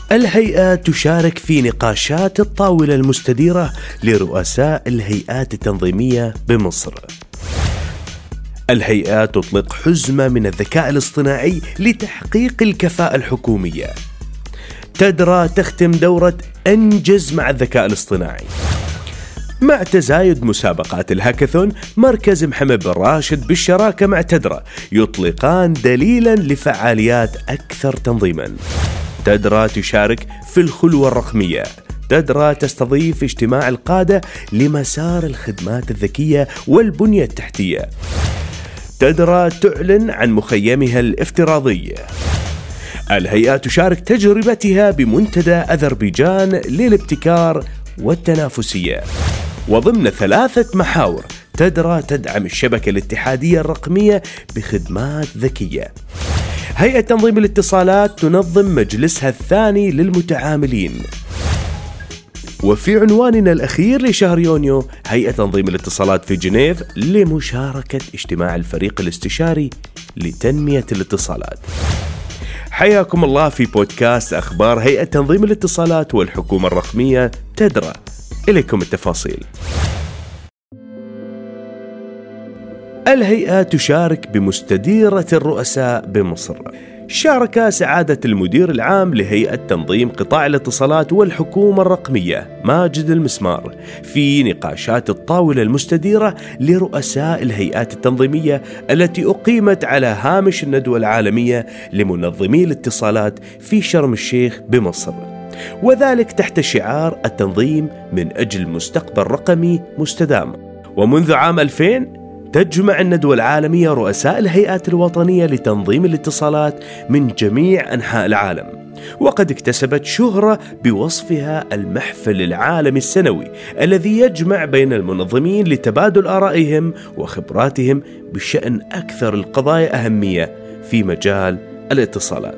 الهيئة تشارك في نقاشات الطاولة المستديرة لرؤساء الهيئات التنظيمية بمصر. الهيئة تطلق حزمة من الذكاء الاصطناعي لتحقيق الكفاءة الحكومية. تدرى تختم دورة أنجز مع الذكاء الاصطناعي. مع تزايد مسابقات الهاكاثون، مركز محمد بن راشد بالشراكة مع تدرى يطلقان دليلا لفعاليات أكثر تنظيما. تدرى تشارك في الخلوة الرقمية. تدرى تستضيف اجتماع القادة لمسار الخدمات الذكية والبنية التحتية. تدرى تعلن عن مخيمها الافتراضي. الهيئة تشارك تجربتها بمنتدى أذربيجان للابتكار والتنافسية. وضمن 3 محاور، تدرى تدعم الشبكة الاتحادية الرقمية بخدمات ذكية. هيئة تنظيم الاتصالات تنظم مجلسها الثاني للمتعاملين. وفي عنواننا الأخير لشهر يونيو، هيئة تنظيم الاتصالات في جنيف لمشاركة اجتماع الفريق الاستشاري لتنمية الاتصالات. حياكم الله في بودكاست أخبار هيئة تنظيم الاتصالات والحكومة الرقمية تدرى. إليكم التفاصيل. الهيئة تشارك بمستديرة الرؤساء بمصر. شارك سعادة المدير العام لهيئة تنظيم قطاع الاتصالات والحكومة الرقمية ماجد المسمار في نقاشات الطاولة المستديرة لرؤساء الهيئات التنظيمية التي أقيمت على هامش الندوة العالمية لمنظمي الاتصالات في شرم الشيخ بمصر، وذلك تحت شعار التنظيم من أجل مستقبل رقمي مستدام. ومنذ عام 2000 تجمع الندوة العالمية رؤساء الهيئات الوطنية لتنظيم الاتصالات من جميع أنحاء العالم، وقد اكتسبت شهرة بوصفها المحفل العالمي السنوي الذي يجمع بين المنظمين لتبادل آرائهم وخبراتهم بشأن أكثر القضايا أهمية في مجال الاتصالات.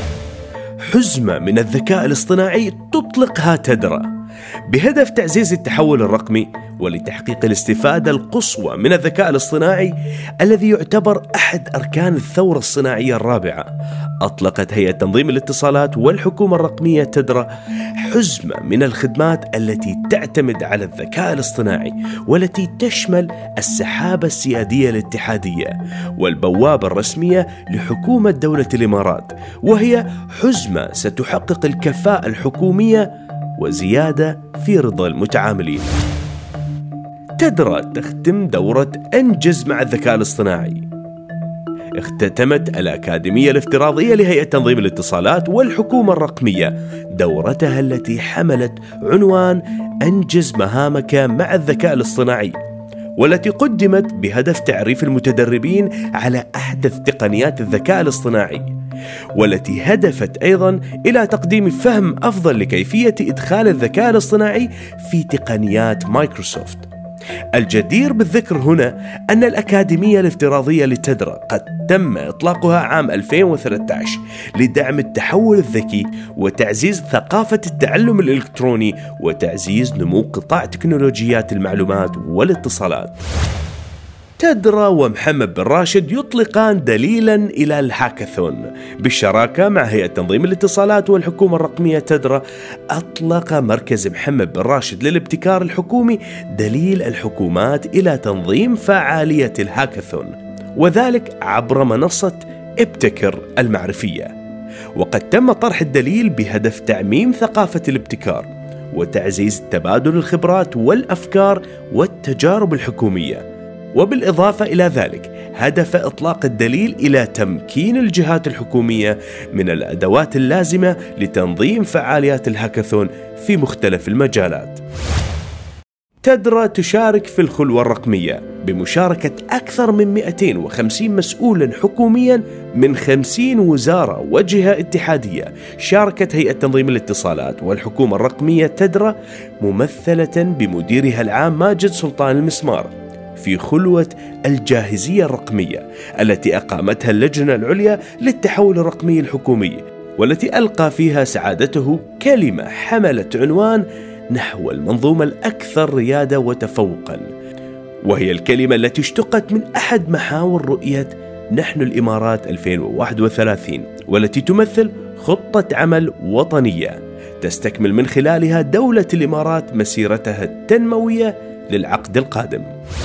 حزمة من الذكاء الاصطناعي تطلقها تدرى بهدف تعزيز التحول الرقمي ولتحقيق الاستفادة القصوى من الذكاء الاصطناعي الذي يعتبر أحد أركان الثورة الصناعية الرابعة. أطلقت هيئة تنظيم الاتصالات والحكومة الرقمية تدرى حزمة من الخدمات التي تعتمد على الذكاء الاصطناعي، والتي تشمل السحابة السيادية الاتحادية والبوابة الرسمية لحكومة دولة الإمارات، وهي حزمة ستحقق الكفاءة الحكومية وزيادة في رضا المتعاملين. تدرى تختم دورة أنجز مع الذكاء الاصطناعي. اختتمت الأكاديمية الافتراضية لهيئة تنظيم الاتصالات والحكومة الرقمية دورتها التي حملت عنوان أنجز مهامك مع الذكاء الاصطناعي، والتي قدمت بهدف تعريف المتدربين على أحدث تقنيات الذكاء الاصطناعي، والتي هدفت أيضا إلى تقديم فهم أفضل لكيفية إدخال الذكاء الاصطناعي في تقنيات مايكروسوفت. الجدير بالذكر هنا أن الأكاديمية الافتراضية لتدرى قد تم إطلاقها عام 2013 لدعم التحول الذكي وتعزيز ثقافة التعلم الإلكتروني وتعزيز نمو قطاع تكنولوجيات المعلومات والاتصالات. تدرى ومحمد بن راشد يطلقان دليلا إلى الهاكاثون بالشراكة مع هيئة تنظيم الاتصالات والحكومة الرقمية تدرى. أطلق مركز محمد بن راشد للابتكار الحكومي دليل الحكومات إلى تنظيم فعالية الهاكاثون، وذلك عبر منصة ابتكر المعرفية. وقد تم طرح الدليل بهدف تعميم ثقافة الابتكار وتعزيز تبادل الخبرات والأفكار والتجارب الحكومية. وبالإضافة إلى ذلك، هدف إطلاق الدليل إلى تمكين الجهات الحكومية من الأدوات اللازمة لتنظيم فعاليات الهاكاثون في مختلف المجالات. تدرى تشارك في الخلوة الرقمية بمشاركة أكثر من 250 مسؤولا حكوميا من 50 وزارة وجهة اتحادية. شاركت هيئة تنظيم الاتصالات والحكومة الرقمية تدرى ممثلة بمديرها العام ماجد سلطان المسمار في خلوة الجاهزية الرقمية التي أقامتها اللجنة العليا للتحول الرقمي الحكومي، والتي ألقى فيها سعادته كلمة حملت عنوان نحو المنظومة الأكثر ريادة وتفوقا، وهي الكلمة التي اشتقت من أحد محاور رؤية نحن الإمارات 2031، والتي تمثل خطة عمل وطنية تستكمل من خلالها دولة الإمارات مسيرتها التنموية للعقد القادم.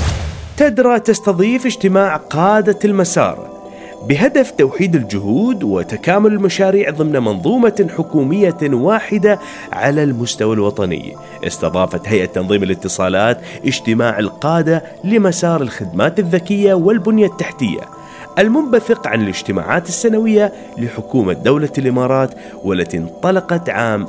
تدرى تستضيف اجتماع قادة المسار بهدف توحيد الجهود وتكامل المشاريع ضمن منظومة حكومية واحدة على المستوى الوطني. استضافت هيئة تنظيم الاتصالات اجتماع القادة لمسار الخدمات الذكية والبنية التحتية المنبثق عن الاجتماعات السنوية لحكومة دولة الإمارات والتي انطلقت عام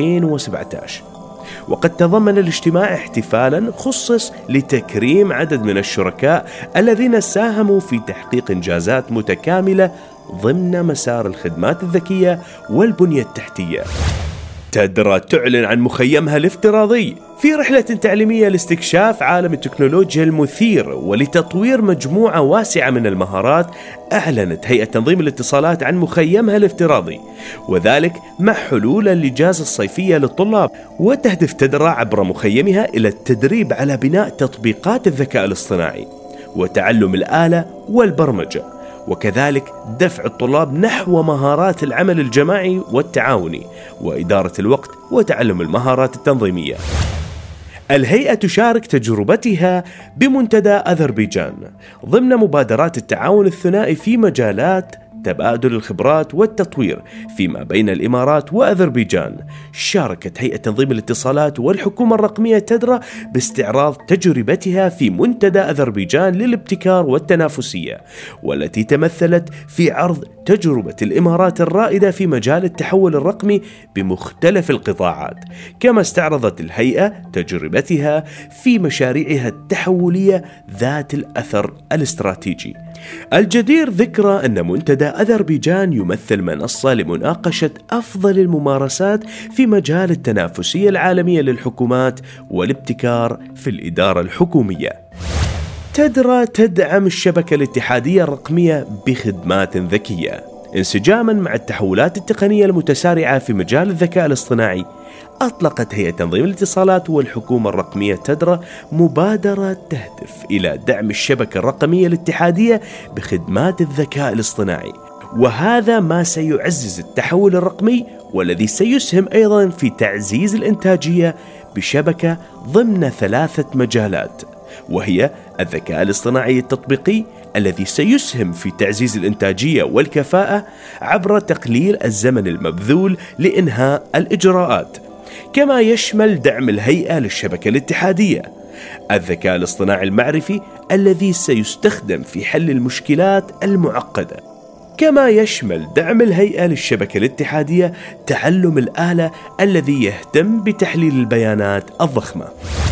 2017. وقد تضمن الاجتماع احتفالا خصص لتكريم عدد من الشركاء الذين ساهموا في تحقيق إنجازات متكاملة ضمن مسار الخدمات الذكية والبنية التحتية. تدرى تعلن عن مخيمها الافتراضي في رحلة تعليمية لاستكشاف عالم التكنولوجيا المثير ولتطوير مجموعة واسعة من المهارات. أعلنت هيئة تنظيم الاتصالات عن مخيمها الافتراضي، وذلك مع حلول الإجازة الصيفية للطلاب. وتهدف تدرى عبر مخيمها إلى التدريب على بناء تطبيقات الذكاء الاصطناعي وتعلم الآلة والبرمجة، وكذلك دفع الطلاب نحو مهارات العمل الجماعي والتعاوني وإدارة الوقت وتعلم المهارات التنظيمية. الهيئة تشارك تجربتها بمنتدى أذربيجان ضمن مبادرات التعاون الثنائي في مجالات تبادل الخبرات والتطوير فيما بين الإمارات وأذربيجان. شاركت هيئة تنظيم الاتصالات والحكومة الرقمية تدرى باستعراض تجربتها في منتدى أذربيجان للابتكار والتنافسية، والتي تمثلت في عرض تجربة الإمارات الرائدة في مجال التحول الرقمي بمختلف القطاعات. كما استعرضت الهيئة تجربتها في مشاريعها التحولية ذات الأثر الاستراتيجي. الجدير ذكر أن منتدى أذربيجان يمثل منصة لمناقشة أفضل الممارسات في مجال التنافسية العالمية للحكومات والابتكار في الإدارة الحكومية. تدرى تدعم الشبكة الاتحادية الرقمية بخدمات ذكية انسجاما مع التحولات التقنية المتسارعة في مجال الذكاء الاصطناعي. أطلقت هيئة تنظيم الاتصالات والحكومة الرقمية تدرى مبادرة تهدف إلى دعم الشبكة الرقمية الاتحادية بخدمات الذكاء الاصطناعي، وهذا ما سيعزز التحول الرقمي والذي سيسهم أيضا في تعزيز الإنتاجية بشبكة ضمن 3 مجالات، وهي الذكاء الاصطناعي التطبيقي الذي سيسهم في تعزيز الإنتاجية والكفاءة عبر تقليل الزمن المبذول لإنهاء الإجراءات. كما يشمل دعم الهيئة للشبكة الاتحادية الذكاء الاصطناعي المعرفي الذي سيستخدم في حل المشكلات المعقدة. كما يشمل دعم الهيئة للشبكة الاتحادية تعلم الآلة الذي يهتم بتحليل البيانات الضخمة.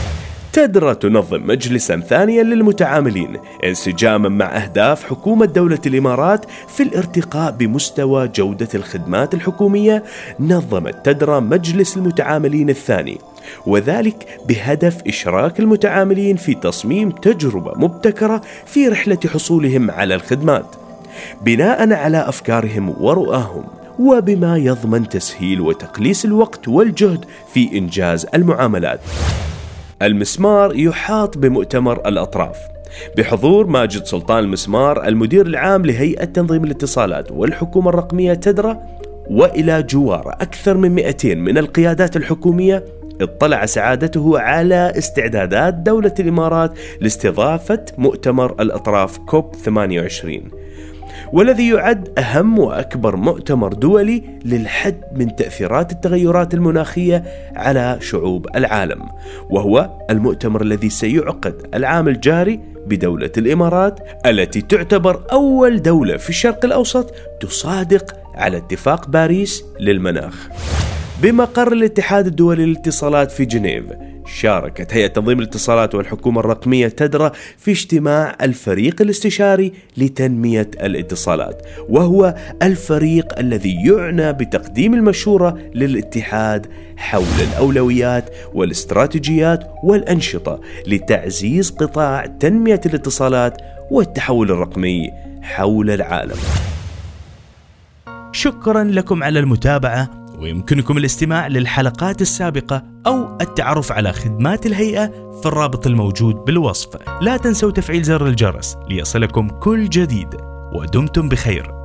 تدرى تنظم مجلسا ثانيا للمتعاملين انسجاما مع أهداف حكومة دولة الإمارات في الارتقاء بمستوى جودة الخدمات الحكومية. نظمت تدرى مجلس المتعاملين الثاني، وذلك بهدف إشراك المتعاملين في تصميم تجربة مبتكرة في رحلة حصولهم على الخدمات بناء على أفكارهم ورؤاهم، وبما يضمن تسهيل وتقليص الوقت والجهد في إنجاز المعاملات. المسمار يحاط بمؤتمر الأطراف بحضور ماجد سلطان المسمار المدير العام لهيئة تنظيم الاتصالات والحكومة الرقمية تدرى، وإلى جوار أكثر من 200 من القيادات الحكومية. اطلع سعادته على استعدادات دولة الإمارات لاستضافة مؤتمر الأطراف كوب 28، والذي يعد أهم وأكبر مؤتمر دولي للحد من تأثيرات التغيرات المناخية على شعوب العالم، وهو المؤتمر الذي سيعقد العام الجاري بدولة الإمارات التي تعتبر أول دولة في الشرق الأوسط تصادق على اتفاق باريس للمناخ. بمقر الاتحاد الدولي للاتصالات في جنيف، شاركت هيئة تنظيم الاتصالات والحكومة الرقمية تدرى في اجتماع الفريق الاستشاري لتنمية الاتصالات، وهو الفريق الذي يعنى بتقديم المشورة للاتحاد حول الأولويات والاستراتيجيات والأنشطة لتعزيز قطاع تنمية الاتصالات والتحول الرقمي حول العالم. شكرا لكم على المتابعة، ويمكنكم الاستماع للحلقات السابقة أو التعرف على خدمات الهيئة في الرابط الموجود بالوصف. لا تنسوا تفعيل زر الجرس ليصلكم كل جديد، ودمتم بخير.